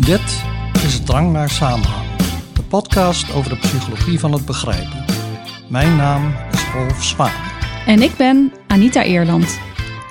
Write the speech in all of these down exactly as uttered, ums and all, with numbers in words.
Dit is Drang naar Samenhang, de podcast over de psychologie van het begrijpen. Mijn naam is Rolf Zwaan. En ik ben Anita Eerland.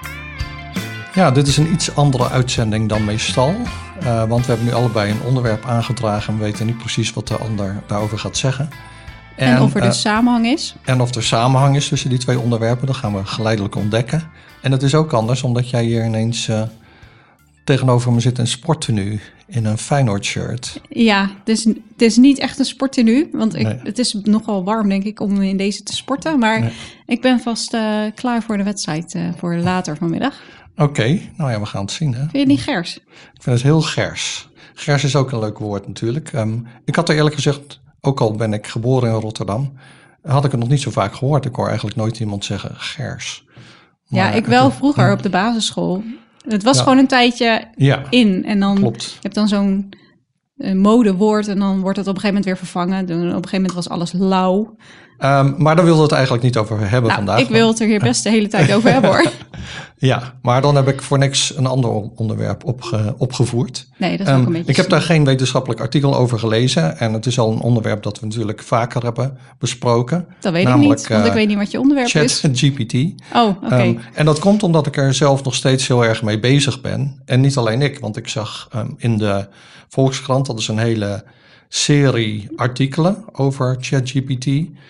Ja, dit is een iets andere uitzending dan meestal. Uh, want we hebben nu allebei een onderwerp aangedragen en we weten niet precies wat de ander daarover gaat zeggen. En, en of er uh, dus samenhang is. En of er samenhang is tussen die twee onderwerpen, dat gaan we geleidelijk ontdekken. En het is ook anders, omdat jij hier ineens uh, tegenover me zit in sporttenu in een Feyenoord shirt. Ja, het is, het is niet echt een sporttenu, want ik, Nee. het is nogal warm denk ik om in deze te sporten. Maar Nee. ik ben vast uh, klaar voor de wedstrijd uh, voor later vanmiddag. Oké, okay, nou ja, we gaan het zien. Hè? Vind je het niet gers? Ik vind het heel gers. Gers is ook een leuk woord natuurlijk. Um, ik had er eerlijk gezegd, ook al ben ik geboren in Rotterdam, had ik het nog niet zo vaak gehoord. Ik hoor eigenlijk nooit iemand zeggen gers. Maar ja, ik wel het, vroeger ja. op de basisschool. Het was Ja. gewoon een tijdje Ja, in. En dan klopt. je hebt dan zo'n uh, modewoord en dan wordt het op een gegeven moment weer vervangen. Dan, op een gegeven moment was alles lauw. Um, maar daar wilden we het eigenlijk niet over hebben Nou, vandaag. ik wil het er hier best de hele tijd over hebben hoor. Ja, maar dan heb ik voor niks een ander onderwerp opge, opgevoerd. Nee, dat is ook Um, een beetje ik heb snel. daar geen wetenschappelijk artikel over gelezen. En het is al een onderwerp dat we natuurlijk vaker hebben besproken. Dat weet namelijk, ik niet, want ik uh, weet niet wat je onderwerp is. ChatGPT. Oh, oké. Okay. Um, en dat komt omdat ik er zelf nog steeds heel erg mee bezig ben. En niet alleen ik, want ik zag um, in de Volkskrant, dat is een hele serie artikelen over ChatGPT.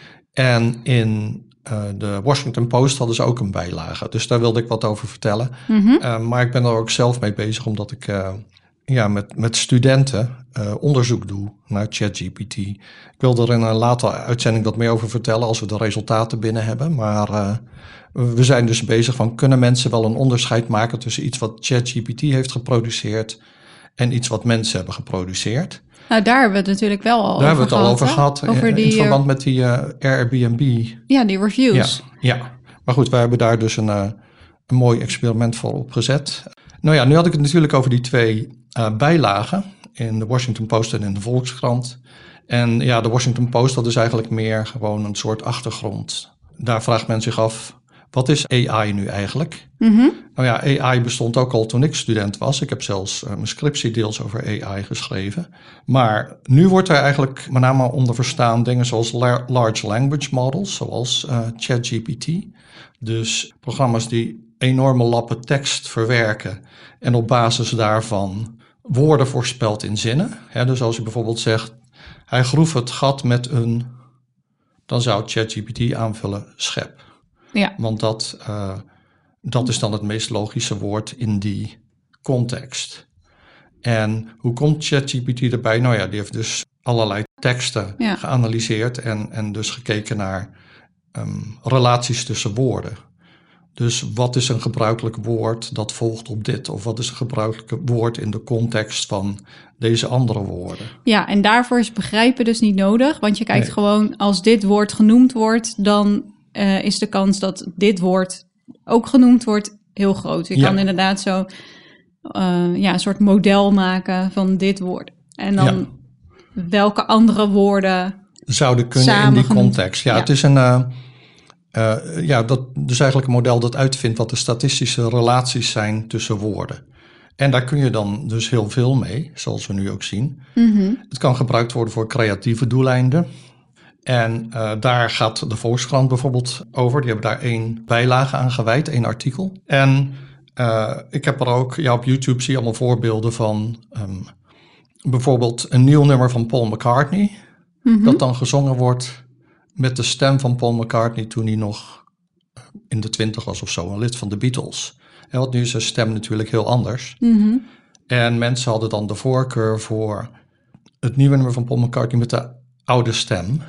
En in uh, de Washington Post hadden ze ook een bijlage. Dus daar wilde ik wat over vertellen. Mm-hmm. Uh, maar ik ben er ook zelf mee bezig, omdat ik uh, ja, met, met studenten uh, onderzoek doe naar ChatGPT. Ik wil er in een later uitzending wat meer over vertellen als we de resultaten binnen hebben. Maar uh, we zijn dus bezig van, kunnen mensen wel een onderscheid maken tussen iets wat ChatGPT heeft geproduceerd en iets wat mensen hebben geproduceerd? Nou, daar hebben we het natuurlijk wel al daar over gehad. Daar hebben we het al gehad, over gehad, over in, die, in verband met die uh, Airbnb. Ja, die reviews. Ja, ja, maar goed, wij hebben daar dus een, uh, een mooi experiment voor opgezet. Nou ja, nu had ik het natuurlijk over die twee uh, bijlagen in de Washington Post en in de Volkskrant. En ja, de Washington Post, dat is eigenlijk meer gewoon een soort achtergrond. Daar vraagt men zich af, wat is A I nu eigenlijk? Mm-hmm. Nou ja, A I bestond ook al toen ik student was. Ik heb zelfs uh, mijn scriptie deels over A I geschreven. Maar nu wordt er eigenlijk met name onder verstaan dingen zoals la- large language models, zoals uh, ChatGPT. Dus programma's die enorme lappen tekst verwerken en op basis daarvan woorden voorspelt in zinnen. He, dus als je bijvoorbeeld zegt, hij groef het gat met een, dan zou ChatGPT aanvullen schep. Ja. Want dat, uh, dat is dan het meest logische woord in die context. En hoe komt ChatGPT erbij? Nou ja, die heeft dus allerlei teksten Ja. geanalyseerd en, en dus gekeken naar um, relaties tussen woorden. Dus wat is een gebruikelijk woord dat volgt op dit? Of wat is een gebruikelijk woord in de context van deze andere woorden? Ja, en daarvoor is begrijpen dus niet nodig. Want je kijkt Nee. gewoon, als dit woord genoemd wordt, dan uh, is de kans dat dit woord ook genoemd wordt heel groot. Je Ja. kan inderdaad zo uh, ja, een soort model maken van dit woord. En dan Ja. welke andere woorden Zouden kunnen in samen die genoemd- context. Ja, Ja. het is een... Uh, uh, ja, dat, dus eigenlijk een model dat uitvindt wat de statistische relaties zijn tussen woorden. En daar kun je dan dus heel veel mee, zoals we nu ook zien. Mm-hmm. Het kan gebruikt worden voor creatieve doeleinden. En uh, daar gaat de Volkskrant bijvoorbeeld over. Die hebben daar één bijlage aan gewijd, één artikel. En uh, ik heb er ook, ja, op YouTube zie je allemaal voorbeelden van um, bijvoorbeeld een nieuw nummer van Paul McCartney. Mm-hmm. Dat dan gezongen wordt met de stem van Paul McCartney toen hij nog in de twintig was of zo, een lid van de Beatles. En want nu is zijn stem natuurlijk heel anders. Mm-hmm. En mensen hadden dan de voorkeur voor het nieuwe nummer van Paul McCartney met de oude stem.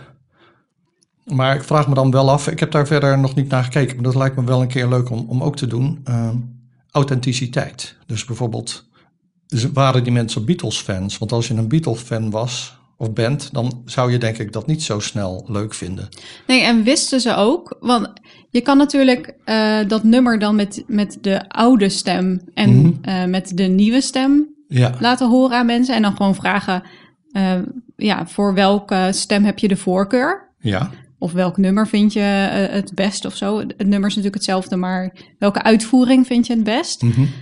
Maar ik vraag me dan wel af, ik heb daar verder nog niet naar gekeken, maar dat lijkt me wel een keer leuk om, om ook te doen. Uh, authenticiteit. Dus bijvoorbeeld, waren die mensen Beatles-fans? Want als je een Beatles-fan was of bent, dan zou je denk ik dat niet zo snel leuk vinden. Nee, en wisten ze ook, want je kan natuurlijk uh, dat nummer dan met, met de oude stem en Mhm. uh, met de nieuwe stem Ja, laten horen aan mensen. En dan gewoon vragen, uh, ja, voor welke stem heb je de voorkeur? ja, Of welk nummer vind je uh, het best of zo? Het nummer is natuurlijk hetzelfde, maar welke uitvoering vind je het best? mhm.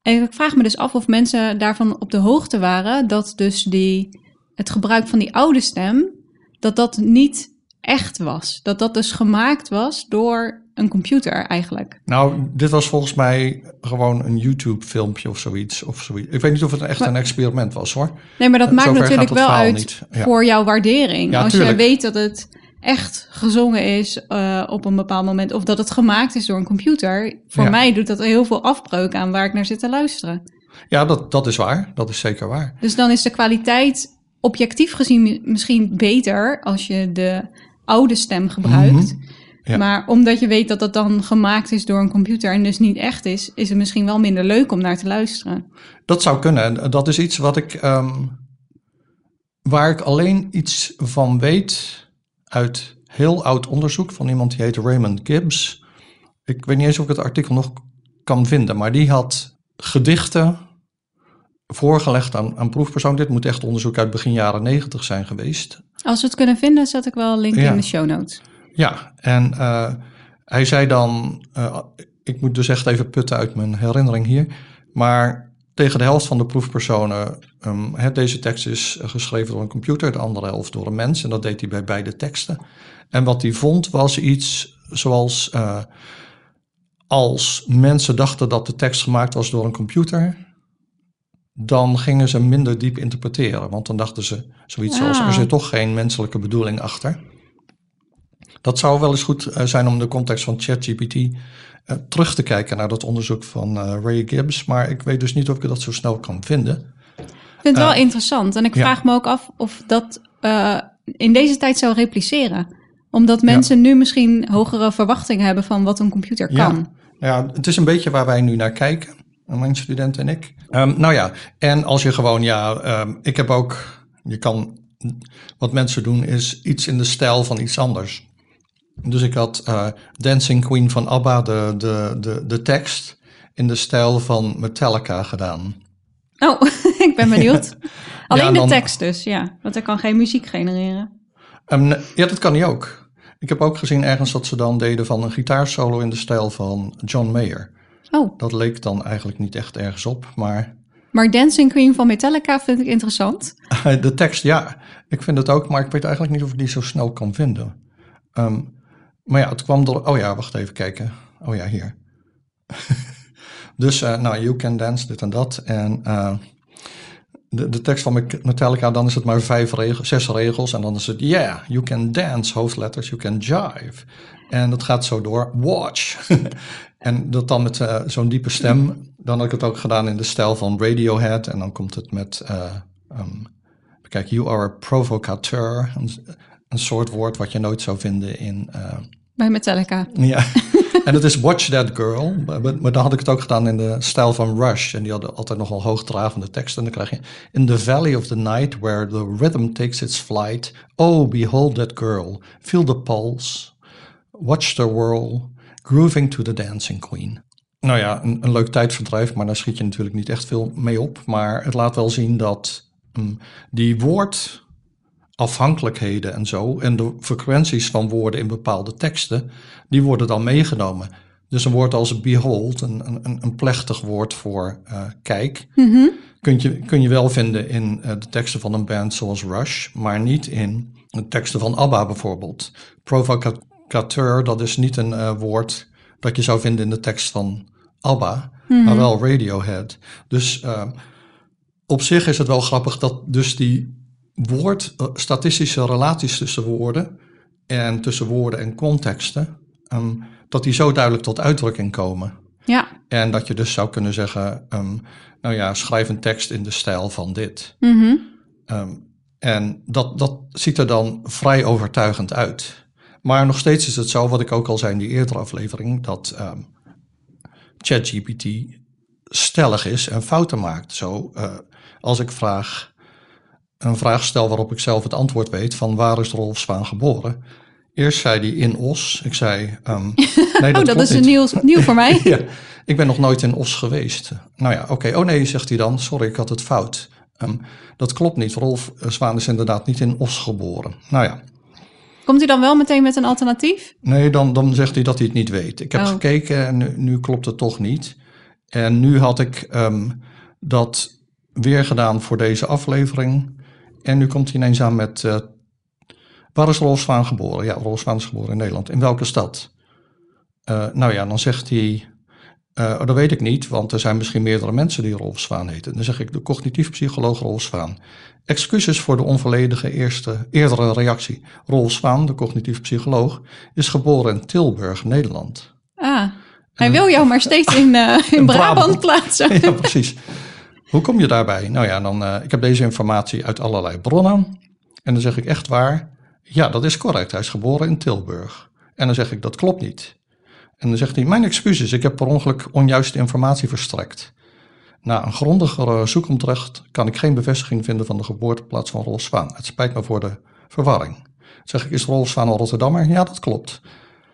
En ik vraag me dus af of mensen daarvan op de hoogte waren dat dus die, het gebruik van die oude stem, dat dat niet echt was. Dat dat dus gemaakt was door een computer eigenlijk. Nou, dit was volgens mij gewoon een YouTube-filmpje of zoiets, of zoiets. Ik weet niet of het echt maar, een experiment was, hoor. Nee, maar dat maakt natuurlijk wel uit ja. voor jouw waardering. Ja, als tuurlijk. je weet dat het echt gezongen is uh, op een bepaald moment, of dat het gemaakt is door een computer. Voor ja. mij doet dat heel veel afbreuk aan waar ik naar zit te luisteren. Ja, dat, dat is waar. Dat is zeker waar. Dus dan is de kwaliteit objectief gezien misschien beter als je de oude stem gebruikt. Mm-hmm. Ja. Maar omdat je weet dat dat dan gemaakt is door een computer en dus niet echt is, is het misschien wel minder leuk om naar te luisteren. Dat zou kunnen. Dat is iets wat ik, um, waar ik alleen iets van weet uit heel oud onderzoek van iemand die heet Raymond Gibbs. Ik weet niet eens of ik het artikel nog kan vinden, maar die had gedichten voorgelegd aan, aan proefpersonen. Dit moet echt onderzoek uit begin jaren negentig zijn geweest. Als we het kunnen vinden, zet ik wel een link ja. in de show notes. Ja, en uh, hij zei dan, uh, ik moet dus echt even putten uit mijn herinnering hier, maar tegen de helft van de proefpersonen, um, he, deze tekst is geschreven door een computer, de andere helft door een mens, en dat deed hij bij beide teksten. En wat hij vond was iets zoals, uh, als mensen dachten dat de tekst gemaakt was door een computer, dan gingen ze minder diep interpreteren, want dan dachten ze zoiets ah. als, er zit toch geen menselijke bedoeling achter. Dat zou wel eens goed zijn om in de context van ChatGPT uh, terug te kijken naar dat onderzoek van uh, Ray Gibbs. Maar ik weet dus niet of ik dat zo snel kan vinden. Ik vind het uh, wel interessant. En ik ja. vraag me ook af of dat uh, in deze tijd zou repliceren. Omdat mensen ja. nu misschien hogere verwachtingen hebben van wat een computer kan. Ja. ja, het is een beetje waar wij nu naar kijken. Mijn student en ik. Um, nou ja, en als je gewoon, ja, um, ik heb ook, je kan, wat mensen doen is iets in de stijl van iets anders. Dus ik had uh, Dancing Queen van ABBA, de, de, de, de tekst, in de stijl van Metallica gedaan. Oh, ik ben benieuwd. Alleen ja, dan, de tekst dus, ja. Want hij kan geen muziek genereren. Um, ja, dat kan hij ook. Ik heb ook gezien ergens dat ze dan deden van een gitaarsolo in de stijl van John Mayer. Oh. Dat leek dan eigenlijk niet echt ergens op, maar... Maar Dancing Queen van Metallica vind ik interessant. De tekst, ja. Ik vind het ook, maar ik weet eigenlijk niet of ik die zo snel kan vinden. Um, maar ja, het kwam door... Oh ja, wacht even kijken. Oh ja, hier. Dus, uh, nou, You Can Dance, dit en dat. En uh, de, de tekst van Metallica, dan is het maar vijf regels, zes regels. En dan is het, yeah, you can dance, hoofdletters, you can jive. En dat gaat zo door, watch. En dat dan met uh, zo'n diepe stem. Dan had ik het ook gedaan in de stijl van Radiohead. En dan komt het met, uh, um, kijk, you are a provocateur. Een, een soort woord wat je nooit zou vinden in... Uh, bij Metallica. Ja, en het is Watch That Girl. Maar, maar dan had ik het ook gedaan in de stijl van Rush. En die hadden altijd nogal hoogdravende teksten. En dan krijg je... In the valley of the night where the rhythm takes its flight. Oh, behold that girl. Feel the pulse. Watch the whirl. Grooving to the dancing queen. Nou ja, een, een leuk tijdverdrijf. Maar daar schiet je natuurlijk niet echt veel mee op. Maar het laat wel zien dat um, die woord... afhankelijkheden en zo, en de frequenties van woorden in bepaalde teksten, die worden dan meegenomen. Dus een woord als behold, een, een, een plechtig woord voor uh, kijk, mm-hmm. kun je, kun je wel vinden in uh, de teksten van een band zoals Rush, maar niet in de teksten van ABBA bijvoorbeeld. Provocateur, dat is niet een uh, woord dat je zou vinden in de tekst van ABBA, mm-hmm. maar wel Radiohead. Dus uh, op zich is het wel grappig dat dus die woord, uh, statistische relaties tussen woorden en tussen woorden en contexten, um, dat die zo duidelijk tot uitdrukking komen. Ja. En dat je dus zou kunnen zeggen, um, nou ja, schrijf een tekst in de stijl van dit. Mm-hmm. Um, en dat, dat ziet er dan vrij overtuigend uit. Maar nog steeds is het zo, wat ik ook al zei in die eerdere aflevering, dat um, ChatGPT stellig is en fouten maakt. Zo, uh, als ik vraag... een vraag stel waarop ik zelf het antwoord weet van waar is Rolf Zwaan geboren? Eerst zei hij in Os. Ik zei, um, nee, dat, oh, dat is niet. nieuw, nieuw voor mij. Ja, ik ben nog nooit in Os geweest. Nou ja, oké. Okay. Oh nee, zegt hij dan. Sorry, ik had het fout. Um, dat klopt niet. Rolf Zwaan is inderdaad niet in Os geboren. Nou ja. Komt hij dan wel meteen met een alternatief? Nee, dan, dan zegt hij dat hij het niet weet. Ik heb oh. gekeken en nu, nu klopt het toch niet. En nu had ik um, dat weer gedaan voor deze aflevering. En nu komt hij ineens aan met... Uh, waar is Rolf Zwaan geboren? Ja, Rolf Zwaan is geboren in Nederland. In welke stad? Uh, nou ja, dan zegt hij... Uh, oh, dat weet ik niet, want er zijn misschien meerdere mensen die Rolf Zwaan heten. Dan zeg ik de cognitief psycholoog Rolf Zwaan. Excuses voor de onvolledige eerste, eerdere reactie. Rolf Zwaan, de cognitief psycholoog, is geboren in Tilburg, Nederland. Ah, hij en, wil jou maar steeds in, uh, in, in Brabant, Brabant plaatsen. Ja, precies. Hoe kom je daarbij? Nou ja, dan, uh, ik heb deze informatie uit allerlei bronnen. En dan zeg ik echt waar, ja, dat is correct. Hij is geboren in Tilburg. En dan zeg ik, dat klopt niet. En dan zegt hij, mijn excuses, ik heb per ongeluk onjuiste informatie verstrekt. Na een grondigere zoekopdracht kan ik geen bevestiging vinden van de geboorteplaats van Rolf Zwaan. Het spijt me voor de verwarring. Dan zeg ik, is Rolf Zwaan een Rotterdammer? Ja, dat klopt.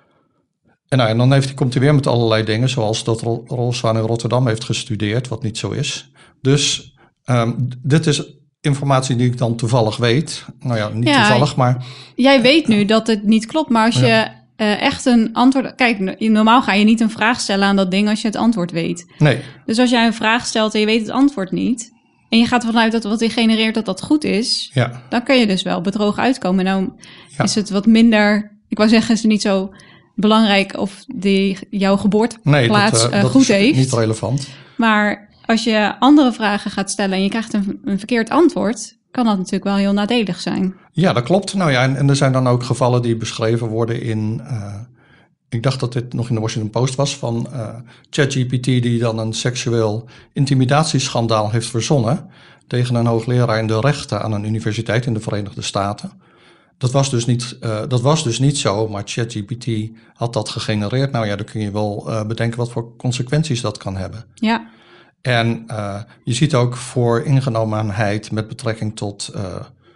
En, nou, en dan heeft hij, komt hij weer met allerlei dingen, zoals dat Rolf Zwaan in Rotterdam heeft gestudeerd, wat niet zo is. Dus um, dit is informatie die ik dan toevallig weet. Nou ja, niet ja, toevallig, maar... Jij weet nu dat het niet klopt, maar als je... Ja. Uh, echt een antwoord... Kijk, normaal ga je niet een vraag stellen aan dat ding als je het antwoord weet. Nee. Dus als jij een vraag stelt en je weet het antwoord niet... en je gaat ervan uit dat wat hij genereert dat dat goed is... Ja. Dan kun je dus wel bedrogen uitkomen. Nou ja. Is het wat minder... Ik wou zeggen, is het niet zo belangrijk of die jouw geboorteplaats nee, dat, uh, uh, goed is heeft. Niet relevant. Maar als je andere vragen gaat stellen en je krijgt een, een verkeerd antwoord... kan dat natuurlijk wel heel nadelig zijn. Ja, dat klopt. Nou ja, en, en er zijn dan ook gevallen die beschreven worden in... Uh, ik dacht dat dit nog in de Washington Post was... van uh, ChatGPT die dan een seksueel intimidatieschandaal heeft verzonnen... tegen een hoogleraar in de rechten aan een universiteit in de Verenigde Staten. Dat was dus niet, uh, dat was dus niet zo, maar ChatGPT had dat gegenereerd. Nou ja, dan kun je wel uh, bedenken wat voor consequenties dat kan hebben. Ja. En uh, je ziet ook voor ingenomenheid met betrekking tot uh,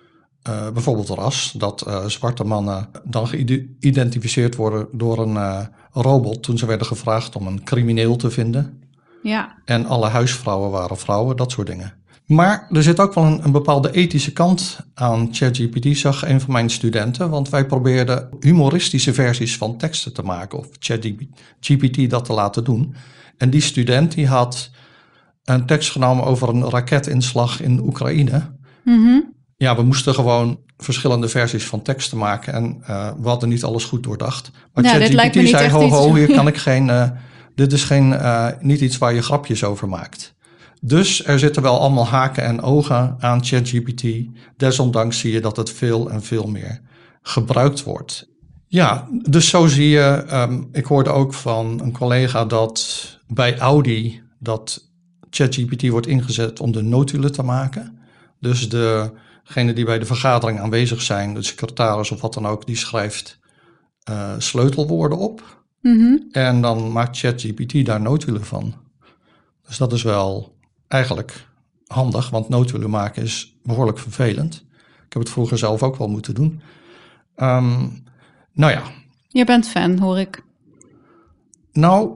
uh, bijvoorbeeld ras... dat uh, zwarte mannen dan geïdentificeerd worden door een uh, robot... toen ze werden gevraagd om een crimineel te vinden. Ja. En alle huisvrouwen waren vrouwen, dat soort dingen. Maar er zit ook wel een, een bepaalde ethische kant aan ChatGPT, zag een van mijn studenten. Want wij probeerden humoristische versies van teksten te maken... of ChatGPT dat te laten doen. En die student die had... een tekst genomen over een raketinslag in Oekraïne. Mm-hmm. Ja, we moesten gewoon verschillende versies van teksten maken. En uh, we hadden niet alles goed doordacht. Maar ja, ChatGPT zei, ho ho, iets... hier kan ik geen... Uh, dit is geen, uh, niet iets waar je grapjes over maakt. Dus er zitten wel allemaal haken en ogen aan ChatGPT. Desondanks zie je dat het veel en veel meer gebruikt wordt. Ja, dus zo zie je... Um, ik hoorde ook van een collega dat bij Audi... dat ChatGPT wordt ingezet om de notulen te maken. Dus degene die bij de vergadering aanwezig zijn, de secretaris of wat dan ook, die schrijft uh, sleutelwoorden op. Mm-hmm. En dan maakt ChatGPT daar notulen van. Dus dat is wel eigenlijk handig, want notulen maken is behoorlijk vervelend. Ik heb het vroeger zelf ook wel moeten doen. Um, nou ja. Je bent fan, hoor ik. Nou...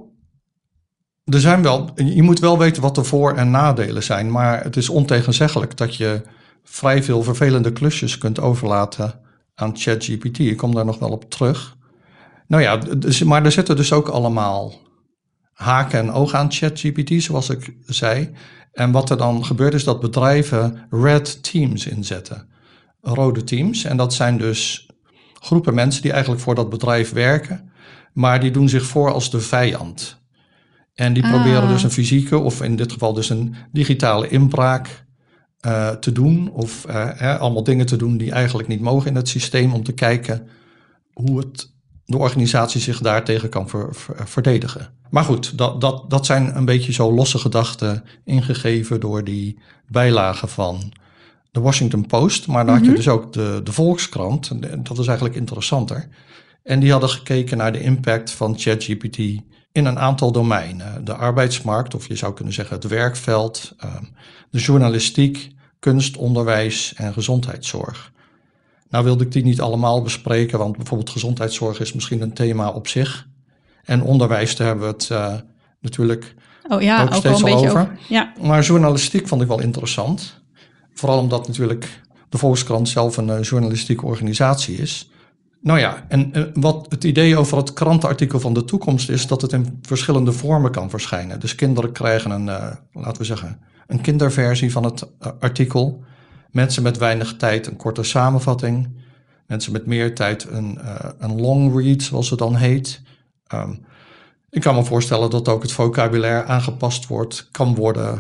Er zijn wel, je moet wel weten wat de voor- en nadelen zijn, maar het is ontegenzeggelijk dat je vrij veel vervelende klusjes kunt overlaten aan ChatGPT. Ik kom daar nog wel op terug. Nou ja, dus, maar er zitten dus ook allemaal haken en ogen aan ChatGPT, zoals ik zei. En wat er dan gebeurt is dat bedrijven red teams inzetten. Rode teams. En dat zijn dus groepen mensen die eigenlijk voor dat bedrijf werken, maar die doen zich voor als de vijand. En die ah. proberen dus een fysieke, of in dit geval dus een digitale inbraak uh, te doen. Of uh, hè, allemaal dingen te doen die eigenlijk niet mogen in het systeem. Om te kijken hoe het, de organisatie zich daartegen kan ver, ver, verdedigen. Maar goed, dat, dat, dat zijn een beetje zo losse gedachten ingegeven door die bijlagen van de Washington Post. Maar dan mm-hmm. had je dus ook de, de Volkskrant. En dat is eigenlijk interessanter. En die hadden gekeken naar de impact van ChatGPT in een aantal domeinen. De arbeidsmarkt, of je zou kunnen zeggen het werkveld, de journalistiek, kunst, onderwijs en gezondheidszorg. Nou wilde ik die niet allemaal bespreken, want bijvoorbeeld gezondheidszorg is misschien een thema op zich. En onderwijs, daar hebben we het uh, natuurlijk oh ja, ook, ook steeds al over. over. Ja. Maar journalistiek vond ik wel interessant. Vooral omdat natuurlijk de Volkskrant zelf een uh, journalistieke organisatie is. Nou ja, en, en wat het idee over het krantenartikel van de toekomst is, dat het in verschillende vormen kan verschijnen. Dus kinderen krijgen een, uh, laten we zeggen, een kinderversie van het uh, artikel. Mensen met weinig tijd een korte samenvatting. Mensen met meer tijd een, uh, een long read, zoals het dan heet. Um, ik kan me voorstellen dat ook het vocabulaire aangepast wordt, kan worden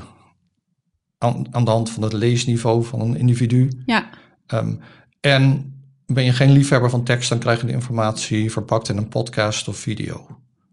aan, aan de hand van het leesniveau van een individu. Ja. Um, en ben je geen liefhebber van tekst, dan krijg je de informatie verpakt in een podcast of video.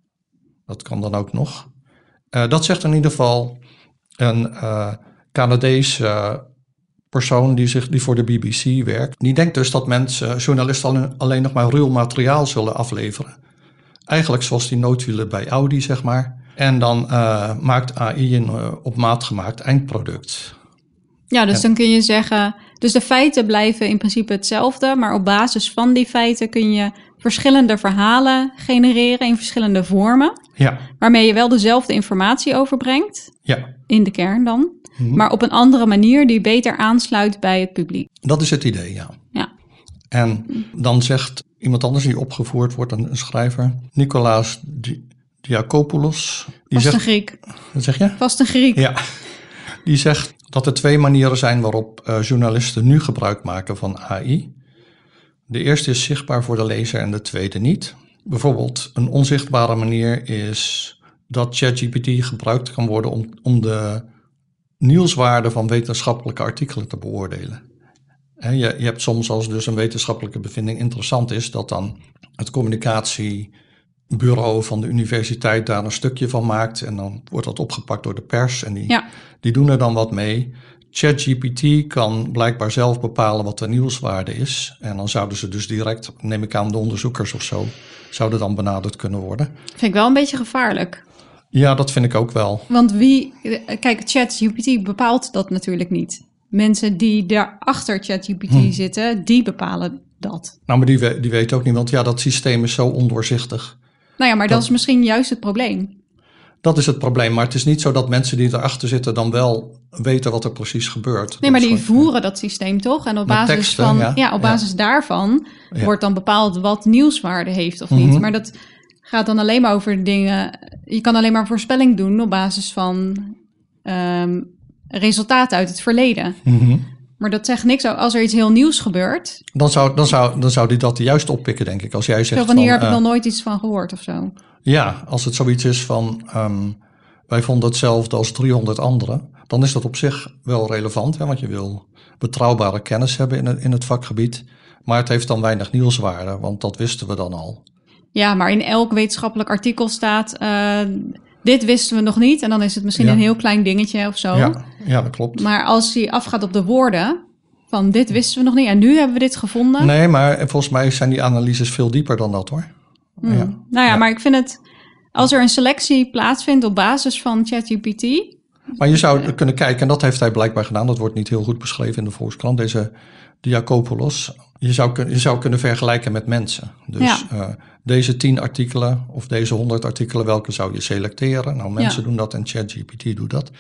Dat kan dan ook nog. Uh, dat zegt in ieder geval een uh, Canadese uh, persoon die, zich, die voor de B B C werkt. Die denkt dus dat mensen, journalisten alleen, alleen nog maar ruw materiaal zullen afleveren. Eigenlijk zoals die noodwielen bij Audi, zeg maar. En dan uh, maakt A I een uh, op maat gemaakt eindproduct. Ja, dus en, dan kun je zeggen, dus de feiten blijven in principe hetzelfde, maar op basis van die feiten kun je verschillende verhalen genereren in verschillende vormen. Ja. Waarmee je wel dezelfde informatie overbrengt, ja. in de kern dan, mm-hmm. maar op een andere manier die beter aansluit bij het publiek. Dat is het idee, ja. Ja. En dan zegt iemand anders die opgevoerd wordt, een, een schrijver, Nicolaas Di- Diakopoulos. Die Vast zegt, een Griek. Wat zeg je? Vast een Griek. Ja. Die zegt dat er twee manieren zijn waarop uh, journalisten nu gebruik maken van A I. De eerste is zichtbaar voor de lezer en de tweede niet. Bijvoorbeeld een onzichtbare manier is dat ChatGPT gebruikt kan worden om, om de nieuwswaarde van wetenschappelijke artikelen te beoordelen. He, je, je hebt soms als dus een wetenschappelijke bevinding interessant is, dat dan het communicatiebureau van de universiteit daar een stukje van maakt en dan wordt dat opgepakt door de pers en die, Ja. die doen er dan wat mee. ChatGPT kan blijkbaar zelf bepalen wat de nieuwswaarde is en dan zouden ze dus direct, neem ik aan de onderzoekers of zo, zouden dan benaderd kunnen worden. Vind ik wel een beetje gevaarlijk. Ja, dat vind ik ook wel. Want wie, kijk, ChatGPT bepaalt dat natuurlijk niet. Mensen die daar achter ChatGPT hm. zitten, die bepalen dat. Nou, maar die, we, die weten ook niet, want ja, dat systeem is zo ondoorzichtig. Nou ja, maar dat, dat is misschien juist het probleem. Dat is het probleem, maar het is niet zo dat mensen die erachter zitten dan wel weten wat er precies gebeurt. Nee, maar die gewoon, voeren ja. dat systeem toch? En op basis, teksten, van, ja. Ja, op basis ja. daarvan ja. wordt dan bepaald wat nieuwswaarde heeft of niet. Mm-hmm. Maar dat gaat dan alleen maar over dingen. Je kan alleen maar voorspelling doen op basis van um, resultaten uit het verleden. Mm-hmm. Maar dat zegt niks. Als er iets heel nieuws gebeurt. Dan zou, dan zou, dan zou die dat juist oppikken, denk ik. Als jij zegt zo van hier van, heb ik uh, nog nooit iets van gehoord of zo. Ja, als het zoiets is van um, wij vonden hetzelfde als driehonderd anderen. Dan is dat op zich wel relevant. Hè, want je wil betrouwbare kennis hebben in het, in het vakgebied. Maar het heeft dan weinig nieuwswaarde. Want dat wisten we dan al. Ja, maar in elk wetenschappelijk artikel staat Uh, dit wisten we nog niet. En dan is het misschien ja. een heel klein dingetje of zo. Ja, ja, dat klopt. Maar als hij afgaat op de woorden van dit wisten we nog niet en nu hebben we dit gevonden. Nee, maar volgens mij zijn die analyses veel dieper dan dat hoor. Hmm. Ja. Nou ja, ja, maar ik vind het, als er een selectie plaatsvindt op basis van ChatGPT. Maar je zou uh, kunnen kijken, en dat heeft hij blijkbaar gedaan. Dat wordt niet heel goed beschreven in de Volkskrant, deze Diakopoulos. Je zou, kun, je zou kunnen vergelijken met mensen. Dus ja. uh, deze tien artikelen of deze honderd artikelen, welke zou je selecteren? Nou, mensen ja. doen dat en ChatGPT doet dat.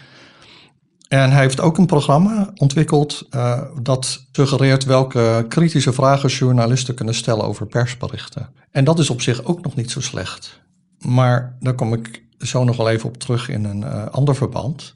En hij heeft ook een programma ontwikkeld uh, dat suggereert welke kritische vragen journalisten kunnen stellen over persberichten. En dat is op zich ook nog niet zo slecht. Maar daar kom ik zo nog wel even op terug in een uh, ander verband.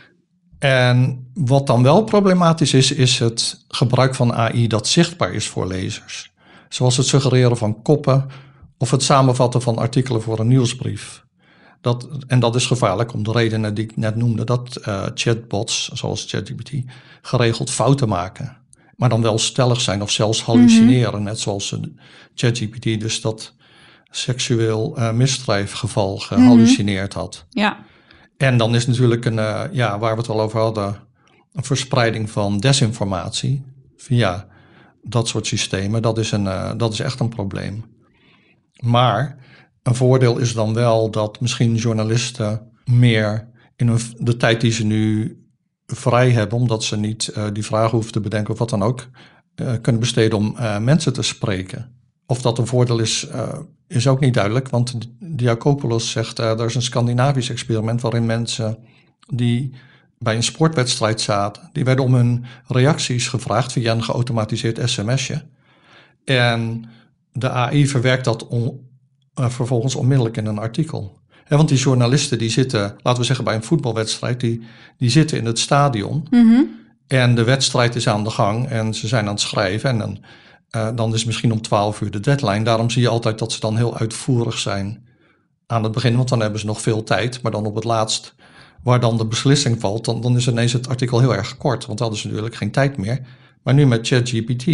En wat dan wel problematisch is, is het gebruik van A I dat zichtbaar is voor lezers. Zoals het suggereren van koppen of het samenvatten van artikelen voor een nieuwsbrief. Dat, en dat is gevaarlijk om de redenen die ik net noemde, dat uh, chatbots, zoals ChatGPT, geregeld fouten maken. Maar dan wel stellig zijn of zelfs hallucineren, mm-hmm. net zoals ChatGPT dus dat seksueel uh, misdrijfgeval gehallucineerd had. Mm-hmm. Ja. En dan is natuurlijk een, uh, ja, waar we het al over hadden, een verspreiding van desinformatie via dat soort systemen. Dat is, een, uh, dat is echt een probleem. Maar een voordeel is dan wel dat misschien journalisten meer in hun, de tijd die ze nu vrij hebben, omdat ze niet uh, die vragen hoeven te bedenken of wat dan ook, uh, kunnen besteden om uh, mensen te spreken. Of dat een voordeel is, uh, is ook niet duidelijk, want Diakopoulos zegt, uh, er is een Scandinavisch experiment waarin mensen die bij een sportwedstrijd zaten, die werden om hun reacties gevraagd via een geautomatiseerd sms'je. En de A I verwerkt dat on, uh, vervolgens onmiddellijk in een artikel. He, want die journalisten die zitten, laten we zeggen bij een voetbalwedstrijd, die, die zitten in het stadion. Mm-hmm. En de wedstrijd is aan de gang en ze zijn aan het schrijven. En dan, uh, dan is misschien om twaalf uur de deadline. Daarom zie je altijd dat ze dan heel uitvoerig zijn aan het begin. Want dan hebben ze nog veel tijd. Maar dan op het laatst, waar dan de beslissing valt, dan, dan is ineens het artikel heel erg kort. Want dan hadden ze natuurlijk geen tijd meer. Maar nu met ChatGPT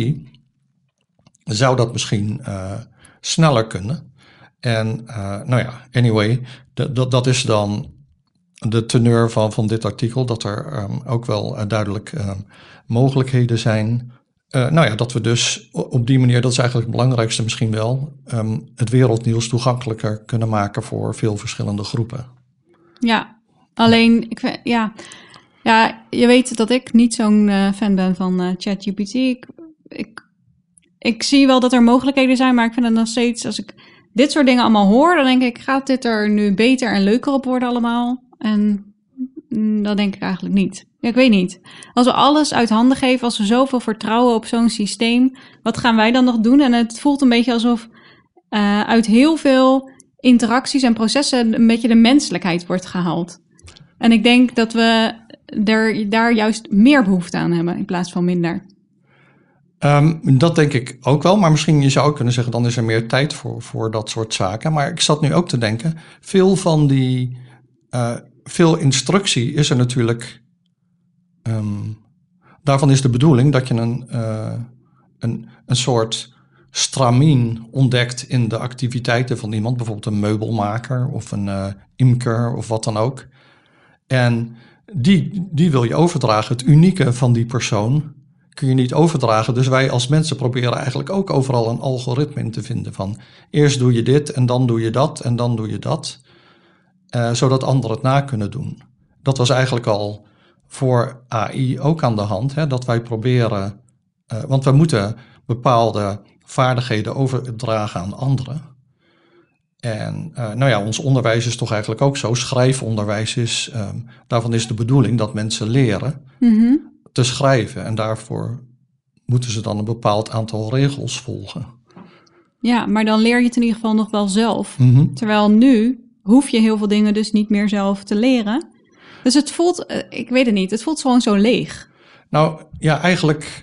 zou dat misschien uh, sneller kunnen. En uh, nou ja, anyway, d- d- dat is dan de teneur van, van dit artikel, dat er um, ook wel uh, duidelijk um, mogelijkheden zijn. Uh, nou ja, dat we dus op die manier, dat is eigenlijk het belangrijkste misschien wel, um, het wereldnieuws toegankelijker kunnen maken voor veel verschillende groepen. Ja, alleen, ik, ja, ja, je weet dat ik niet zo'n uh, fan ben van uh, ChatGPT. Ik, ik, ik zie wel dat er mogelijkheden zijn, maar ik vind het nog steeds, als ik dit soort dingen allemaal hoor, dan denk ik, gaat dit er nu beter en leuker op worden allemaal? En mm, dat denk ik eigenlijk niet. Ja, ik weet niet. Als we alles uit handen geven, als we zoveel vertrouwen op zo'n systeem, wat gaan wij dan nog doen? En het voelt een beetje alsof uh, uit heel veel interacties en processen een beetje de menselijkheid wordt gehaald. En ik denk dat we er, daar juist meer behoefte aan hebben in plaats van minder. Um, dat denk ik ook wel, maar misschien je zou ook kunnen zeggen, dan is er meer tijd voor, voor dat soort zaken. Maar ik zat nu ook te denken, veel van die, uh, veel instructie is er natuurlijk, um, daarvan is de bedoeling dat je een, uh, een, een soort stramien ontdekt in de activiteiten van iemand, bijvoorbeeld een meubelmaker of een uh, imker of wat dan ook. En die, die wil je overdragen, het unieke van die persoon kun je niet overdragen. Dus wij als mensen proberen eigenlijk ook overal een algoritme in te vinden van eerst doe je dit en dan doe je dat en dan doe je dat. Uh, zodat anderen het na kunnen doen. Dat was eigenlijk al voor A I ook aan de hand. Hè, dat wij proberen, uh, want we moeten bepaalde vaardigheden overdragen aan anderen. En uh, nou ja, ons onderwijs is toch eigenlijk ook zo. Schrijfonderwijs is, um, daarvan is de bedoeling dat mensen leren Mm-hmm. te schrijven. En daarvoor moeten ze dan een bepaald aantal regels volgen. Ja, maar dan leer je het in ieder geval nog wel zelf. Mm-hmm. Terwijl nu hoef je heel veel dingen dus niet meer zelf te leren. Dus het voelt, uh, ik weet het niet, het voelt gewoon zo leeg. Nou ja, eigenlijk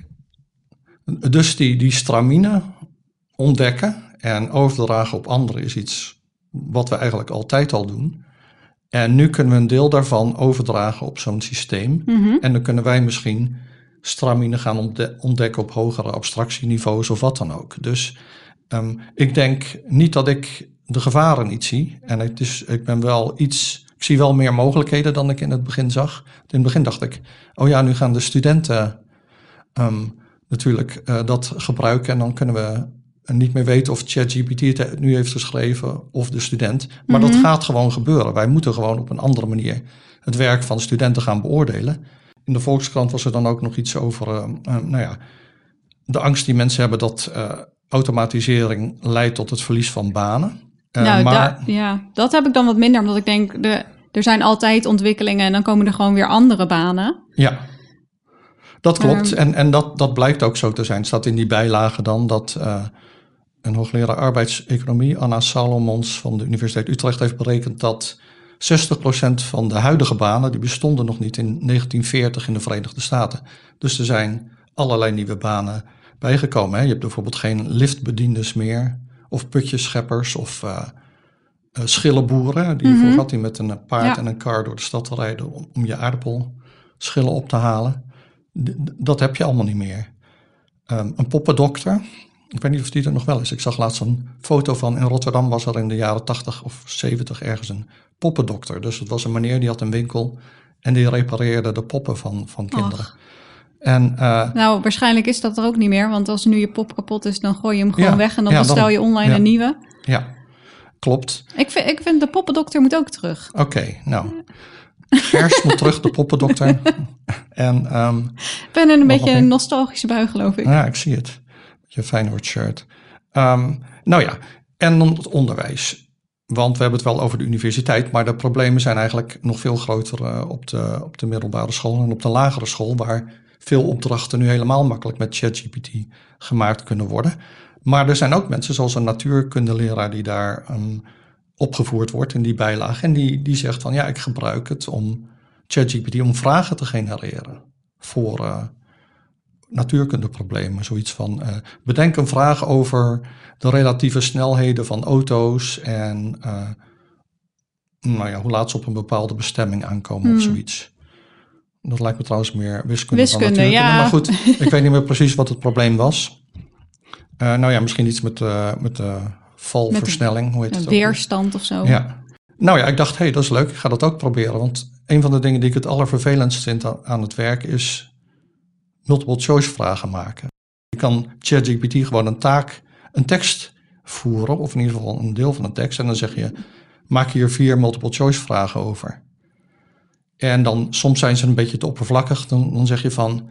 dus die, die stramine ontdekken en overdragen op anderen is iets wat we eigenlijk altijd al doen. En nu kunnen we een deel daarvan overdragen op zo'n systeem. Mm-hmm. En dan kunnen wij misschien stramine gaan ontde- ontdekken op hogere abstractieniveaus of wat dan ook. Dus um, ik denk niet dat ik de gevaren niet zie. En het is, ik ben wel iets, ik zie wel meer mogelijkheden dan ik in het begin zag. In het begin dacht ik, oh ja, nu gaan de studenten um, natuurlijk uh, dat gebruiken en dan kunnen we niet meer weten of ChatGPT het nu heeft geschreven of de student. Maar mm-hmm. dat gaat gewoon gebeuren. Wij moeten gewoon op een andere manier het werk van studenten gaan beoordelen. In de Volkskrant was er dan ook nog iets over uh, uh, nou ja, de angst die mensen hebben dat uh, automatisering leidt tot het verlies van banen. Uh, nou, maar... da- ja, dat heb ik dan wat minder, omdat ik denk, de, er zijn altijd ontwikkelingen en dan komen er gewoon weer andere banen. Ja, dat klopt. Um, en en dat, dat blijkt ook zo te zijn. Het staat in die bijlage dan dat uh, een hoogleraar arbeidseconomie, Anna Salomons van de Universiteit Utrecht, heeft berekend dat zestig procent van de huidige banen, die bestonden nog niet in negentien veertig in de Verenigde Staten. Dus er zijn allerlei nieuwe banen bijgekomen. Hè. Je hebt bijvoorbeeld geen liftbediendes meer, of putjescheppers, of uh, uh, schillenboeren, die mm-hmm. je had die met een paard ja. en een kar door de stad te rijden om, om je aardappelschillen op te halen. D- dat heb je allemaal niet meer. Um, een poppendokter, ik weet niet of die er nog wel is. Ik zag laatst een foto van, in Rotterdam was er in de jaren tachtig of zeventig ergens een poppendokter. Dus het was een meneer die had een winkel en die repareerde de poppen van, van kinderen. Och. En, uh, nou, waarschijnlijk is dat er ook niet meer, want als nu je pop kapot is, dan gooi je hem gewoon ja, weg en dan ja, bestel je online ja, een nieuwe. Ja, klopt. Ik vind, ik vind de poppendokter moet ook terug. Oké, okay, nou... Gers moet terug, de poppendokter. En, um, ik ben in een beetje een nostalgische bui, geloof ik. Ja, ik zie het. Je Feyenoord shirt. Um, nou ja, en dan het onderwijs. Want we hebben het wel over de universiteit, maar de problemen zijn eigenlijk nog veel groter uh, op, de, op de middelbare school en op de lagere school, waar veel opdrachten nu helemaal makkelijk met ChatGPT gemaakt kunnen worden. Maar er zijn ook mensen, zoals een natuurkundeleraar die daar um, opgevoerd wordt in die bijlage. En die, die zegt van ja, ik gebruik het om ChatGPT om vragen te genereren voor uh, natuurkundeproblemen. Zoiets van uh, bedenk een vraag over de relatieve snelheden van auto's en uh, nou ja, hoe laat ze op een bepaalde bestemming aankomen hmm. of zoiets. Dat lijkt me trouwens meer wiskunde, wiskunde dan natuurkunde. Ja. Maar goed, ik weet niet meer precies wat het probleem was. Uh, nou ja, misschien iets met, uh, met de valversnelling. Hoe heet het? Weerstand ook? Of zo. Ja. Nou ja, ik dacht, hé, hey, dat is leuk. Ik ga dat ook proberen. Want een van de dingen die ik het allervervelendst vind aan het werk is multiple choice vragen maken. Je kan ChatGPT gewoon een taak, een tekst voeren, of in ieder geval een deel van een tekst. En dan zeg je, maak hier vier multiple choice vragen over. En dan, soms zijn ze een beetje te oppervlakkig. Dan, dan zeg je van,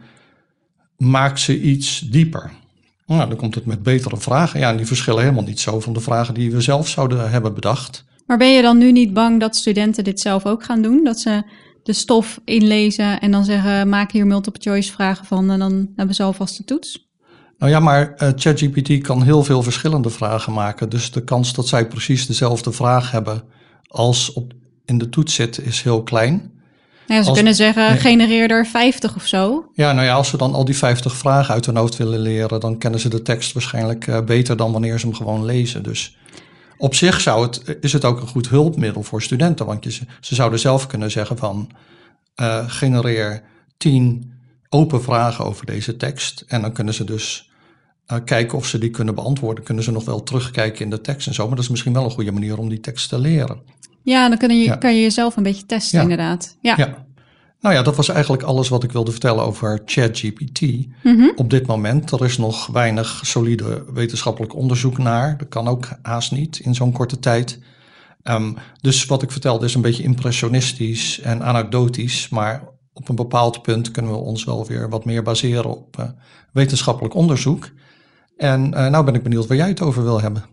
maak ze iets dieper. Nou, dan komt het met betere vragen. Ja, en die verschillen helemaal niet zo van de vragen die we zelf zouden hebben bedacht. Maar ben je dan nu niet bang dat studenten dit zelf ook gaan doen? Dat ze de stof inlezen en dan zeggen, maak hier multiple choice vragen van en dan hebben ze alvast de toets? Nou ja, maar uh, ChatGPT kan heel veel verschillende vragen maken. Dus de kans dat zij precies dezelfde vraag hebben als op, in de toets zit is heel klein. Ja, ze als, kunnen zeggen, ja. genereer er vijftig of zo. Ja, nou ja, als ze dan al die vijftig vragen uit hun hoofd willen leren, dan kennen ze de tekst waarschijnlijk uh, beter dan wanneer ze hem gewoon lezen. Dus op zich zou het, is het ook een goed hulpmiddel voor studenten. Want je, ze zouden zelf kunnen zeggen van, uh, genereer tien open vragen over deze tekst. En dan kunnen ze dus uh, kijken of ze die kunnen beantwoorden. Kunnen ze nog wel terugkijken in de tekst en zo. Maar dat is misschien wel een goede manier om die tekst te leren. Ja, dan kun je, ja. kan je jezelf een beetje testen, ja. inderdaad. Ja. ja. Nou ja, dat was eigenlijk alles wat ik wilde vertellen over ChatGPT. Mm-hmm. Op dit moment, er is nog weinig solide wetenschappelijk onderzoek naar. Dat kan ook haast niet in zo'n korte tijd. Um, dus wat ik vertelde is een beetje impressionistisch en anekdotisch. Maar op een bepaald punt kunnen we ons wel weer wat meer baseren op uh, wetenschappelijk onderzoek. En uh, nou ben ik benieuwd waar jij het over wil hebben.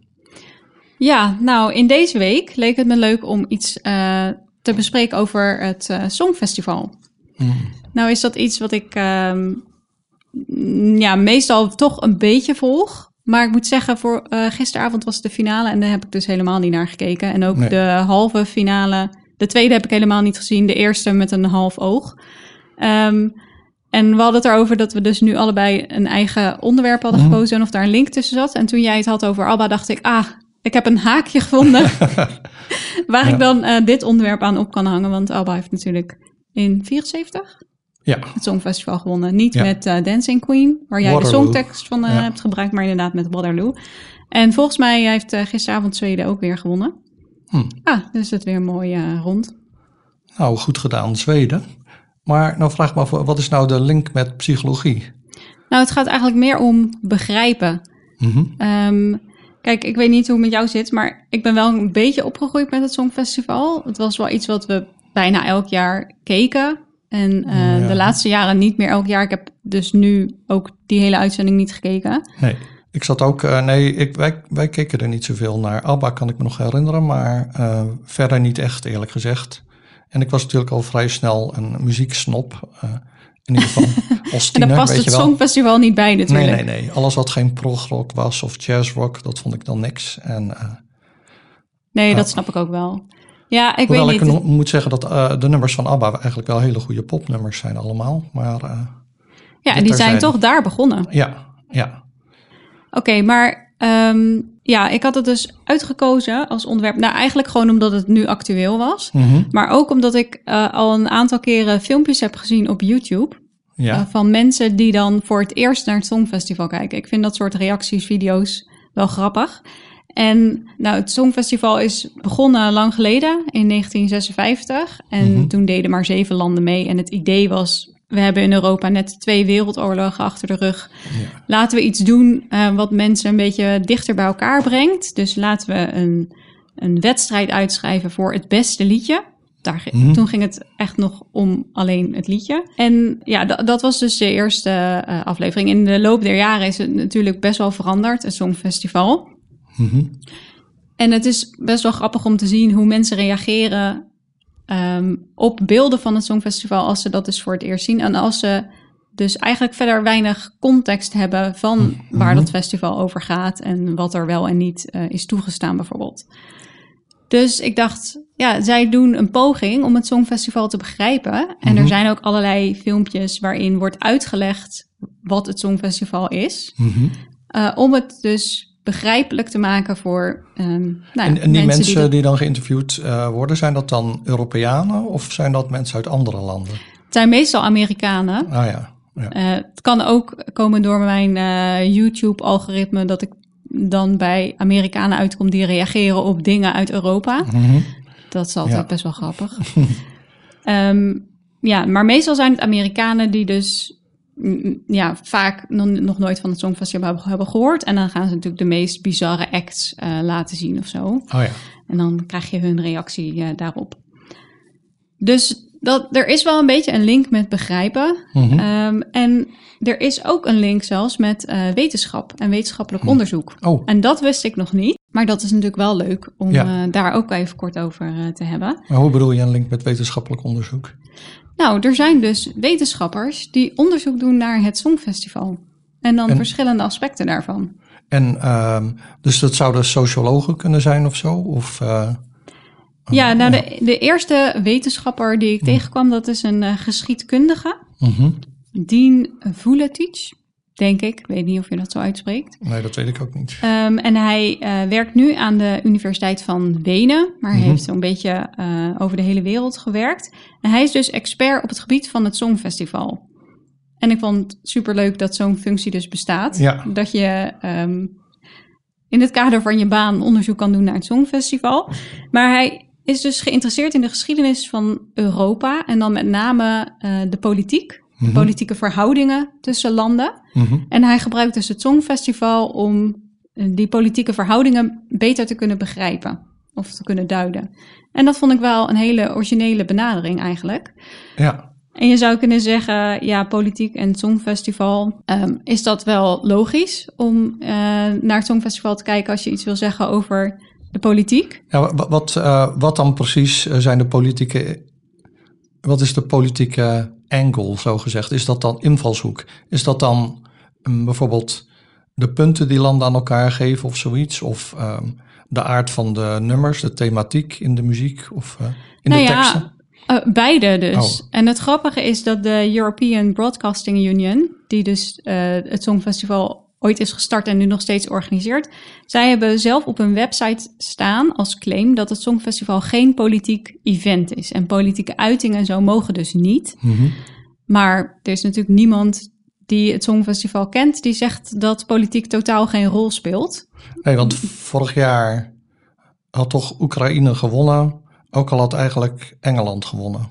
Ja, nou in deze week leek het me leuk om iets uh, te bespreken over het uh, Songfestival. Mm. Nou is dat iets wat ik uh, ja, meestal toch een beetje volg. Maar ik moet zeggen, voor uh, gisteravond was de finale en daar heb ik dus helemaal niet naar gekeken. En ook nee. de halve finale, de tweede heb ik helemaal niet gezien. De eerste met een half oog. Um, en we hadden het erover dat we dus nu allebei een eigen onderwerp hadden mm. gekozen en of daar een link tussen zat. En toen jij het had over ABBA, dacht ik, ah, ik heb een haakje gevonden waar ja. ik dan uh, dit onderwerp aan op kan hangen. Want ABBA heeft natuurlijk in vierenzeventig ja. het Songfestival gewonnen. Niet ja. met uh, Dancing Queen, waar jij Waterloo. de songtekst van uh, ja. hebt gebruikt, maar inderdaad met Waterloo. En volgens mij heeft uh, gisteravond Zweden ook weer gewonnen. Hm. Ah, dus het weer mooi uh, rond. Nou, goed gedaan, Zweden. Maar nou vraag ik me af, wat is nou de link met psychologie? Nou, het gaat eigenlijk meer om begrijpen. Mm-hmm. Um, Kijk, ik weet niet hoe het met jou zit, maar ik ben wel een beetje opgegroeid met het Songfestival. Het was wel iets wat we bijna elk jaar keken. En uh, ja. de laatste jaren niet meer elk jaar. Ik heb dus nu ook die hele uitzending niet gekeken. Nee, ik zat ook... Uh, nee, ik, wij, wij keken er niet zoveel naar. ABBA kan ik me nog herinneren, maar uh, verder niet echt, eerlijk gezegd. En ik was natuurlijk al vrij snel een muzieksnop. Uh, in ieder geval als tiener, en daar past weet het je wel. Songfestival niet bij natuurlijk. Nee, nee, nee. Alles wat geen progrock was of jazzrock, dat vond ik dan niks. En, uh, nee, uh, dat snap ik ook wel. Ja, ik hoewel weet niet. ik moet zeggen dat uh, de nummers van ABBA eigenlijk wel hele goede popnummers zijn allemaal. Maar, uh, ja, en die zijn toch daar begonnen. Ja, ja. Oké, okay, maar um, ja, ik had het dus uitgekozen als onderwerp. Nou, eigenlijk gewoon omdat het nu actueel was. Mm-hmm. Maar ook omdat ik uh, al een aantal keren filmpjes heb gezien op YouTube. Ja. Uh, van mensen die dan voor het eerst naar het Songfestival kijken. Ik vind dat soort reacties, video's wel grappig. En nou, het Songfestival is begonnen lang geleden, in negentien zesenvijftig. En mm-hmm. toen deden maar zeven landen mee. En het idee was, we hebben in Europa net twee wereldoorlogen achter de rug. Ja. Laten we iets doen uh, wat mensen een beetje dichter bij elkaar brengt. Dus laten we een, een wedstrijd uitschrijven voor het beste liedje. Daar, mm-hmm. Toen ging het echt nog om alleen het liedje. En ja, d- dat was dus de eerste uh, aflevering. In de loop der jaren is het natuurlijk best wel veranderd, het Songfestival. Mm-hmm. En het is best wel grappig om te zien hoe mensen reageren um, op beelden van het Songfestival als ze dat dus voor het eerst zien. En als ze dus eigenlijk verder weinig context hebben van mm-hmm. waar dat festival over gaat en wat er wel en niet uh, is toegestaan bijvoorbeeld. Dus ik dacht, ja, zij doen een poging om het Songfestival te begrijpen. En mm-hmm. er zijn ook allerlei filmpjes waarin wordt uitgelegd wat het Songfestival is. Mm-hmm. Uh, om het dus begrijpelijk te maken voor um, nou ja, en, en die mensen, mensen die, dat... die dan geïnterviewd uh, worden, zijn dat dan Europeanen of zijn dat mensen uit andere landen? Het zijn meestal Amerikanen. Ah ja. ja. Uh, het kan ook komen door mijn uh, YouTube-algoritme dat ik dan bij Amerikanen uitkom die reageren op dingen uit Europa. Mm-hmm. Dat is altijd ja. best wel grappig. um, ja, maar meestal zijn het Amerikanen die dus ja, vaak nog, nog nooit van het Songfestival hebben, hebben gehoord. En dan gaan ze natuurlijk de meest bizarre acts uh, laten zien of zo. Oh ja. En dan krijg je hun reactie uh, daarop. Dus dat, er is wel een beetje een link met begrijpen. Mm-hmm. Um, en er is ook een link zelfs met uh, wetenschap en wetenschappelijk mm. onderzoek. Oh. En dat wist ik nog niet. Maar dat is natuurlijk wel leuk om ja. uh, daar ook even kort over uh, te hebben. Maar hoe bedoel je een link met wetenschappelijk onderzoek? Nou, er zijn dus wetenschappers die onderzoek doen naar het Songfestival. En dan en, verschillende aspecten daarvan. En uh, dus dat zouden sociologen kunnen zijn of zo? Of, uh, ja, nou de, de eerste wetenschapper die ik mm. tegenkwam, dat is een uh, geschiedkundige. Mm-hmm. Dean Vuletic, denk ik. Ik weet niet of je dat zo uitspreekt. Nee, dat weet ik ook niet. Um, en hij uh, werkt nu aan de Universiteit van Wenen. Maar hij mm-hmm. heeft zo'n beetje uh, over de hele wereld gewerkt. En hij is dus expert op het gebied van het Songfestival. En ik vond het superleuk dat zo'n functie dus bestaat. Ja. Dat je um, in het kader van je baan onderzoek kan doen naar het Songfestival. Maar hij is dus geïnteresseerd in de geschiedenis van Europa. En dan met name uh, de politiek. Mm-hmm. Politieke verhoudingen tussen landen. Mm-hmm. En hij gebruikt dus het Songfestival om die politieke verhoudingen beter te kunnen begrijpen. Of te kunnen duiden. En dat vond ik wel een hele originele benadering eigenlijk. Ja. En je zou kunnen zeggen, ja, politiek en het Songfestival, um, is dat wel logisch om uh, naar het Songfestival te kijken als je iets wil zeggen over de politiek? Ja, wat, wat, uh, wat dan precies zijn de politieke, wat is de politieke angle, zo gezegd? Is dat dan invalshoek? Is dat dan um, bijvoorbeeld de punten die landen aan elkaar geven of zoiets? Of um, de aard van de nummers, de thematiek in de muziek of uh, in nou de ja, teksten? Uh, beide dus. Oh. En het grappige is dat de European Broadcasting Union, die dus uh, het Songfestival ooit is gestart en nu nog steeds organiseert, zij hebben zelf op hun website staan als claim dat het Songfestival geen politiek event is. En politieke uitingen en zo mogen dus niet. Mm-hmm. Maar er is natuurlijk niemand die het Songfestival kent die zegt dat politiek totaal geen rol speelt. Nee, want vorig jaar had toch Oekraïne gewonnen, ook al had eigenlijk Engeland gewonnen.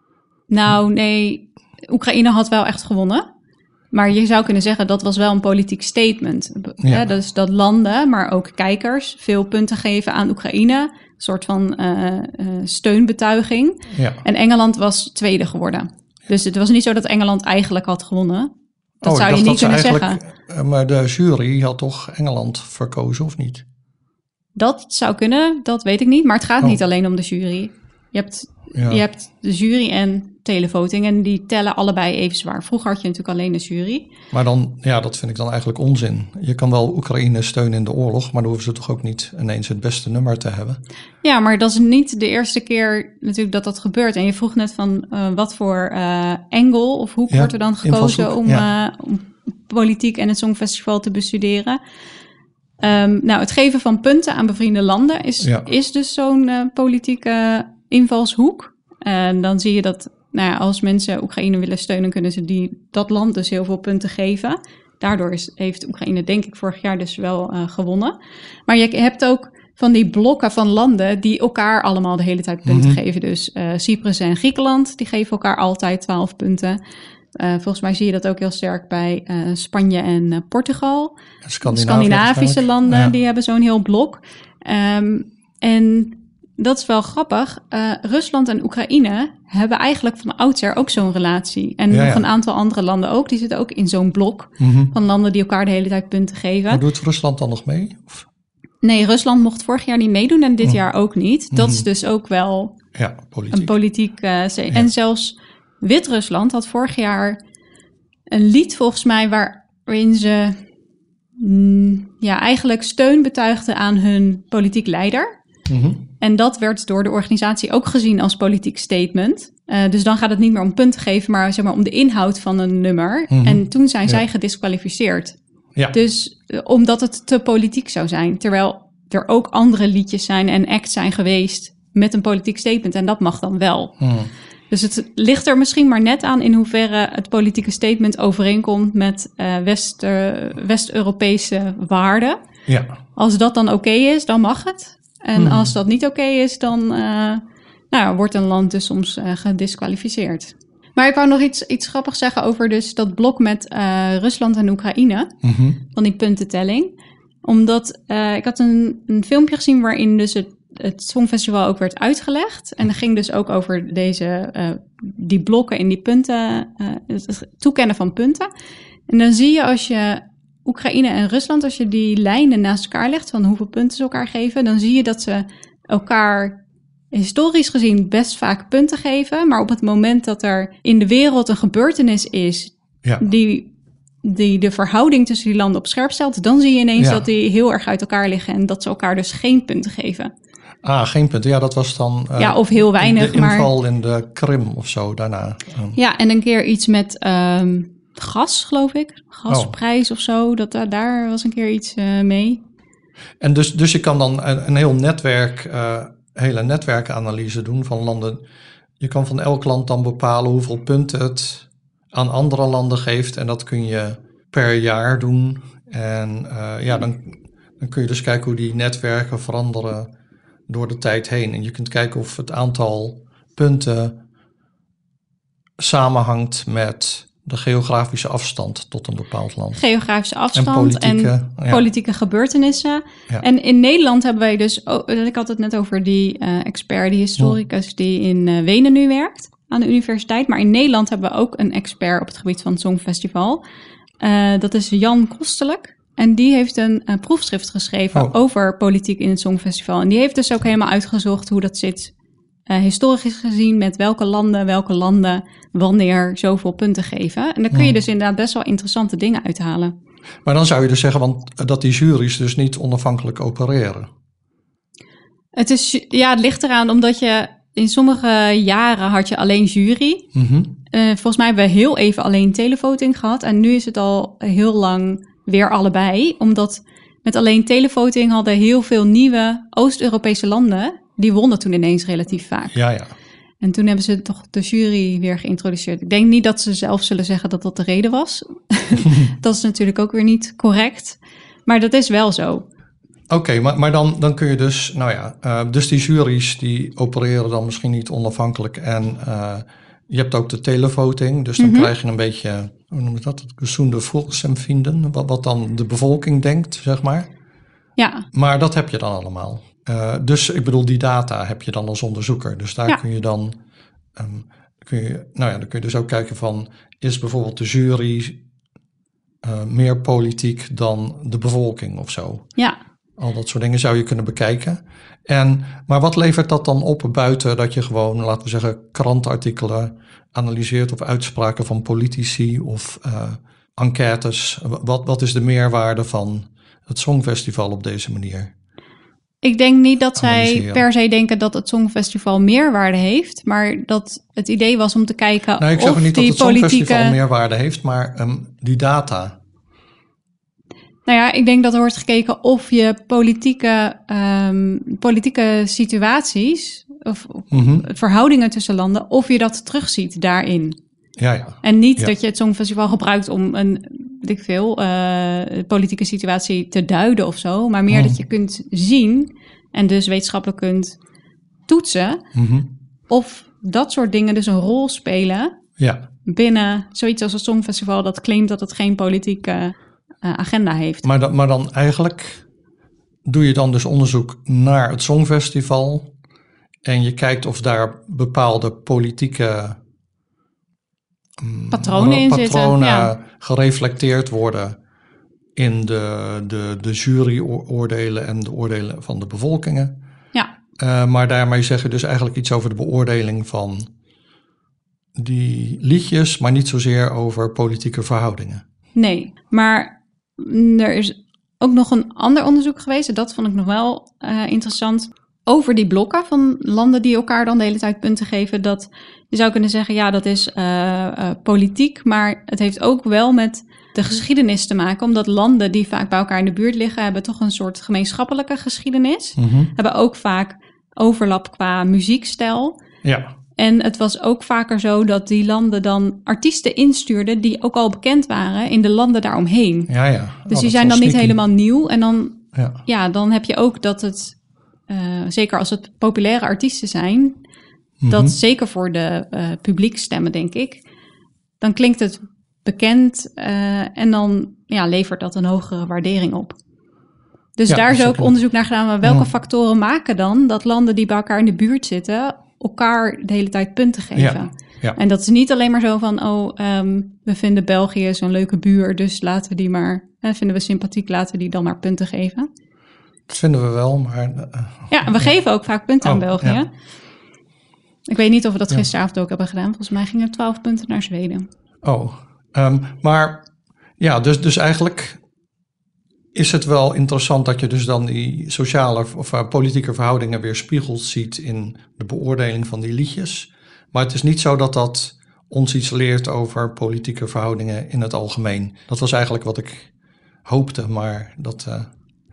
Nou nee, Oekraïne had wel echt gewonnen. Maar je zou kunnen zeggen, dat was wel een politiek statement. Ja. Ja, dus dat landen, maar ook kijkers, veel punten geven aan Oekraïne. Een soort van uh, uh, steunbetuiging. Ja. En Engeland was tweede geworden. Dus het was niet zo dat Engeland eigenlijk had gewonnen. Dat oh, zou je niet kunnen zeggen. Maar de jury had toch Engeland verkozen, of niet? Dat zou kunnen, dat weet ik niet. Maar het gaat oh. niet alleen om de jury. Je hebt, ja. je hebt de jury en televoting en die tellen allebei even zwaar. Vroeger had je natuurlijk alleen de jury. Maar dan, ja, dat vind ik dan eigenlijk onzin. Je kan wel Oekraïne steunen in de oorlog, maar dan hoeven ze toch ook niet ineens het beste nummer te hebben. Ja, maar dat is niet de eerste keer natuurlijk dat dat gebeurt. En je vroeg net van uh, wat voor uh, angle of hoek ja, wordt er dan gekozen om, ja. uh, om politiek en het Songfestival te bestuderen. Um, nou, het geven van punten aan bevriende landen is, ja. is dus zo'n uh, politieke invalshoek. En dan zie je dat nou ja, als mensen Oekraïne willen steunen, kunnen ze die, dat land dus heel veel punten geven. Daardoor is, heeft Oekraïne denk ik vorig jaar dus wel uh, gewonnen. Maar je hebt ook van die blokken van landen die elkaar allemaal de hele tijd punten mm-hmm. geven. Dus uh, Cyprus en Griekenland, die geven elkaar altijd twaalf punten. Uh, volgens mij zie je dat ook heel sterk bij uh, Spanje en uh, Portugal. Scandinavië, Scandinavische landen, ja. die hebben zo'n heel blok. Um, en dat is wel grappig. Uh, Rusland en Oekraïne hebben eigenlijk van oudsher ook zo'n relatie. En ja, nog ja. een aantal andere landen ook. Die zitten ook in zo'n blok mm-hmm. van landen die elkaar de hele tijd punten geven. Maar doet Rusland dan nog mee? Of? Nee, Rusland mocht vorig jaar niet meedoen en dit mm. jaar ook niet. Dat mm-hmm. is dus ook wel ja, politiek. een politiek... Uh, ja. En zelfs Wit-Rusland had vorig jaar een lied volgens mij waarin ze mm, ja, eigenlijk steun betuigden aan hun politiek leider. Mm-hmm. En dat werd door de organisatie ook gezien als politiek statement. Uh, dus dan gaat het niet meer om punten geven, maar, zeg maar om de inhoud van een nummer. Mm-hmm. En toen zijn ja. zij gedisqualificeerd. Ja. Dus uh, omdat het te politiek zou zijn. Terwijl er ook andere liedjes zijn en acts zijn geweest met een politiek statement. En dat mag dan wel. Mm. Dus het ligt er misschien maar net aan in hoeverre het politieke statement overeenkomt met uh, West, uh, West-Europese waarden. Ja. Als dat dan oké okay is, dan mag het. En Mm. als dat niet oké okay is, dan uh, nou, wordt een land dus soms uh, gedisqualificeerd. Maar ik wou nog iets, iets grappigs zeggen over dus dat blok met uh, Rusland en Oekraïne. Mm-hmm. Van die puntentelling. Omdat uh, ik had een, een filmpje gezien waarin dus het, het Songfestival ook werd uitgelegd. En dat ging dus ook over deze, uh, die blokken in die punten, uh, het toekennen van punten. En dan zie je als je Oekraïne en Rusland, als je die lijnen naast elkaar legt van hoeveel punten ze elkaar geven, dan zie je dat ze elkaar historisch gezien best vaak punten geven. Maar op het moment dat er in de wereld een gebeurtenis is ja. die, die de verhouding tussen die landen op scherp stelt, dan zie je ineens ja. dat die heel erg uit elkaar liggen en dat ze elkaar dus geen punten geven. Ah, geen punten. Ja, dat was dan uh, ja, of heel weinig. de inval maar, in de Krim of zo daarna. Um. Ja, en een keer iets met um, gas, geloof ik. Gasprijs oh. of zo. Dat, uh, daar was een keer iets uh, mee. En dus, dus je kan dan een, een heel netwerk, uh, hele netwerkanalyse doen van landen. Je kan van elk land dan bepalen hoeveel punten het aan andere landen geeft. En dat kun je per jaar doen. En uh, ja, dan, dan kun je dus kijken hoe die netwerken veranderen door de tijd heen. En je kunt kijken of het aantal punten samenhangt met de geografische afstand tot een bepaald land. Geografische afstand en politieke, en ja. politieke gebeurtenissen. Ja. En in Nederland hebben wij dus, oh, ik had het net over die uh, expert, die historicus oh. die in uh, Wenen nu werkt aan de universiteit. Maar in Nederland hebben we ook een expert op het gebied van het Songfestival. Uh, dat is Jan Kostelijk. En die heeft een, een proefschrift geschreven oh. over politiek in het Songfestival. En die heeft dus ook helemaal uitgezocht hoe dat zit, uh, historisch gezien, met welke landen, welke landen, wanneer zoveel punten geven. En daar kun je hmm. dus inderdaad best wel interessante dingen uithalen. Maar dan zou je dus zeggen, want dat die juries dus niet onafhankelijk opereren. Het is, ja, het ligt eraan, omdat je in sommige jaren had je alleen jury. Mm-hmm. Uh, volgens mij hebben we heel even alleen televoting gehad. En nu is het al heel lang weer allebei. Omdat met alleen televoting hadden heel veel nieuwe Oost-Europese landen, die wonnen toen ineens relatief vaak. Ja, ja. En toen hebben ze toch de jury weer geïntroduceerd. Ik denk niet dat ze zelf zullen zeggen dat dat de reden was. Dat is natuurlijk ook weer niet correct. Maar dat is wel zo. Oké, okay, maar, maar dan, dan kun je dus, nou ja, uh, dus die juries die opereren dan misschien niet onafhankelijk. En uh, je hebt ook de televoting, dus dan mm-hmm. krijg je een beetje, hoe noem je dat? Het gezoende volksempvinden, wat, wat dan de bevolking denkt, zeg maar. Ja. Maar dat heb je dan allemaal. Uh, dus ik bedoel, die data heb je dan als onderzoeker. Dus daar ja. kun je dan, um, kun je, nou ja, dan kun je dus ook kijken van, is bijvoorbeeld de jury uh, meer politiek dan de bevolking of zo? Ja. Al dat soort dingen zou je kunnen bekijken. En, maar wat levert dat dan op buiten dat je gewoon, laten we zeggen, krantartikelen analyseert of uitspraken van politici of uh, enquêtes? Wat, wat is de meerwaarde van het Songfestival op deze manier? Ik denk niet dat zij per se denken dat het Songfestival meerwaarde heeft, maar dat het idee was om te kijken nou, ik zeg of niet die dat het politieke... Songfestival meerwaarde heeft, maar um, die data. Nou ja, ik denk dat er wordt gekeken of je politieke, um, politieke situaties of mm-hmm. verhoudingen tussen landen, of je dat terugziet daarin. Ja, ja. En niet ja. dat je het Songfestival gebruikt om een, weet ik veel, uh, politieke situatie te duiden of zo, maar meer mm. dat je kunt zien en dus wetenschappelijk kunt toetsen mm-hmm. of dat soort dingen dus een rol spelen ja. binnen zoiets als het Songfestival dat claimt dat het geen politieke uh, agenda heeft. Maar, dat, maar dan eigenlijk doe je dan dus onderzoek naar het Songfestival en je kijkt of daar bepaalde politieke patronen in patronen zitten, ja. gereflecteerd worden in de, de, de juryoordelen en de oordelen van de bevolkingen. Ja. Uh, maar daarmee zeg je dus eigenlijk iets over de beoordeling van die liedjes, maar niet zozeer over politieke verhoudingen. Nee, maar er is ook nog een ander onderzoek geweest. En dat vond ik nog wel uh, interessant. Over die blokken van landen die elkaar dan de hele tijd punten geven. Dat je zou kunnen zeggen, ja, dat is uh, uh, politiek. Maar het heeft ook wel met de geschiedenis te maken. Omdat landen die vaak bij elkaar in de buurt liggen, hebben toch een soort gemeenschappelijke geschiedenis. Mm-hmm. Hebben ook vaak overlap qua muziekstijl. Ja. En het was ook vaker zo dat die landen dan artiesten instuurden die ook al bekend waren in de landen daaromheen. Ja, ja. Dus oh, die zijn dan sneaky. niet helemaal nieuw. En dan, ja. ja, dan heb je ook dat het, uh, zeker als het populaire artiesten zijn, mm-hmm. dat zeker voor de uh, publiekstemmen, denk ik, dan klinkt het bekend uh, en dan ja, levert dat een hogere waardering op. Dus ja, daar is ook onderzoek naar gedaan. Maar welke mm. factoren maken dan dat landen die bij elkaar in de buurt zitten elkaar de hele tijd punten geven? Ja, ja. En dat is niet alleen maar zo van, oh, um, we vinden België zo'n leuke buur, dus laten we die maar, eh, vinden we sympathiek, laten we die dan maar punten geven. Dat vinden we wel, maar... Uh, ja, en we ja. geven ook vaak punten oh, aan België. Ja. Ik weet niet of we dat ja. gisteravond ook hebben gedaan. Volgens mij gingen twaalf punten naar Zweden. Oh, um, maar ja, dus, dus eigenlijk is het wel interessant dat je dus dan die sociale of uh, politieke verhoudingen weer spiegeld ziet in de beoordeling van die liedjes. Maar het is niet zo dat dat ons iets leert over politieke verhoudingen in het algemeen. Dat was eigenlijk wat ik hoopte, maar dat, uh,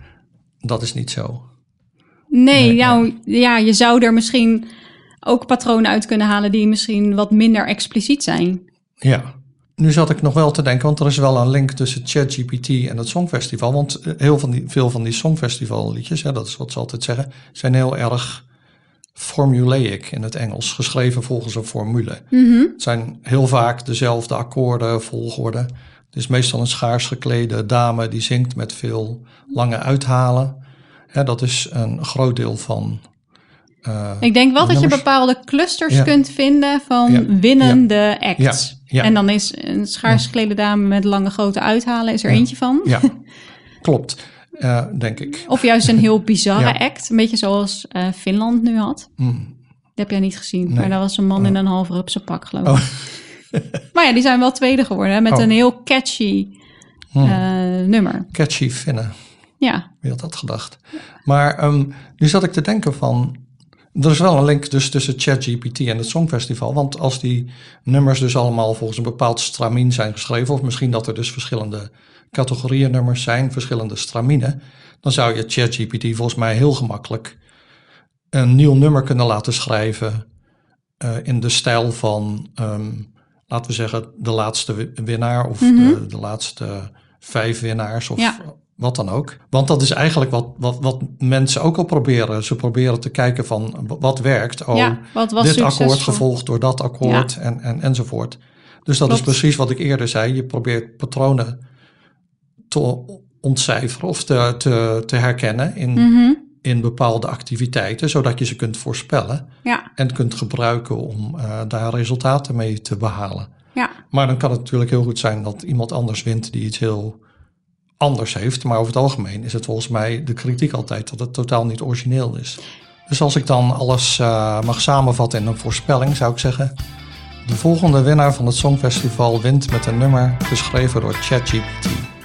dat is niet zo. Nee, nee nou nee. ja, je zou er misschien ook patronen uit kunnen halen die misschien wat minder expliciet zijn. Ja. Nu zat ik nog wel te denken, want er is wel een link tussen ChatGPT en het Songfestival. Want heel van die, veel van die Songfestivalliedjes, hè, dat is wat ze altijd zeggen, zijn heel erg formulaic in het Engels, geschreven volgens een formule. Mm-hmm. Het zijn heel vaak dezelfde akkoorden, volgorde. Het is meestal een schaars geklede dame die zingt met veel lange uithalen. Ja, dat is een groot deel van... Uh, ik denk wel dat nummers. je bepaalde clusters ja. kunt vinden van ja. winnende ja. acts. Ja. Ja. En dan is een schaars geklede dame met lange grote uithalen is er ja. eentje van. Ja, klopt. Uh, denk ik. Of juist een heel bizarre ja. act. Een beetje zoals uh, Finland nu had. Mm. Dat heb jij niet gezien. Nee. Maar dat was een man oh. in een half rupse pak, geloof ik. Oh. Maar ja, die zijn wel tweede geworden. Hè, met oh. een heel catchy uh, mm. nummer. Catchy Finnen. Ja. Wie had dat gedacht? Maar um, nu zat ik te denken van... Er is wel een link dus tussen ChatGPT en het Songfestival. Want als die nummers dus allemaal volgens een bepaald stramien zijn geschreven... of misschien dat er dus verschillende categorieën nummers zijn, verschillende straminen... dan zou je ChatGPT volgens mij heel gemakkelijk een nieuw nummer kunnen laten schrijven... Uh, in de stijl van, um, laten we zeggen, de laatste winnaar... of mm-hmm. de, de laatste vijf winnaars of... Ja. Wat dan ook. Want dat is eigenlijk wat, wat, wat mensen ook al proberen. Ze proberen te kijken van wat werkt. Oh, ja, wat was dit succesvol. akkoord gevolgd door dat akkoord ja. en, en, enzovoort. Dus dat Klopt. is precies wat ik eerder zei. Je probeert patronen te ontcijferen of te, te, te herkennen in, mm-hmm. in bepaalde activiteiten. Zodat je ze kunt voorspellen ja. en kunt gebruiken om uh, daar resultaten mee te behalen. Ja. Maar dan kan het natuurlijk heel goed zijn dat iemand anders wint die iets heel... anders heeft, maar over het algemeen is het volgens mij de kritiek altijd dat het totaal niet origineel is. Dus als ik dan alles uh, mag samenvatten in een voorspelling, zou ik zeggen: de volgende winnaar van het Songfestival wint met een nummer geschreven door ChatGPT.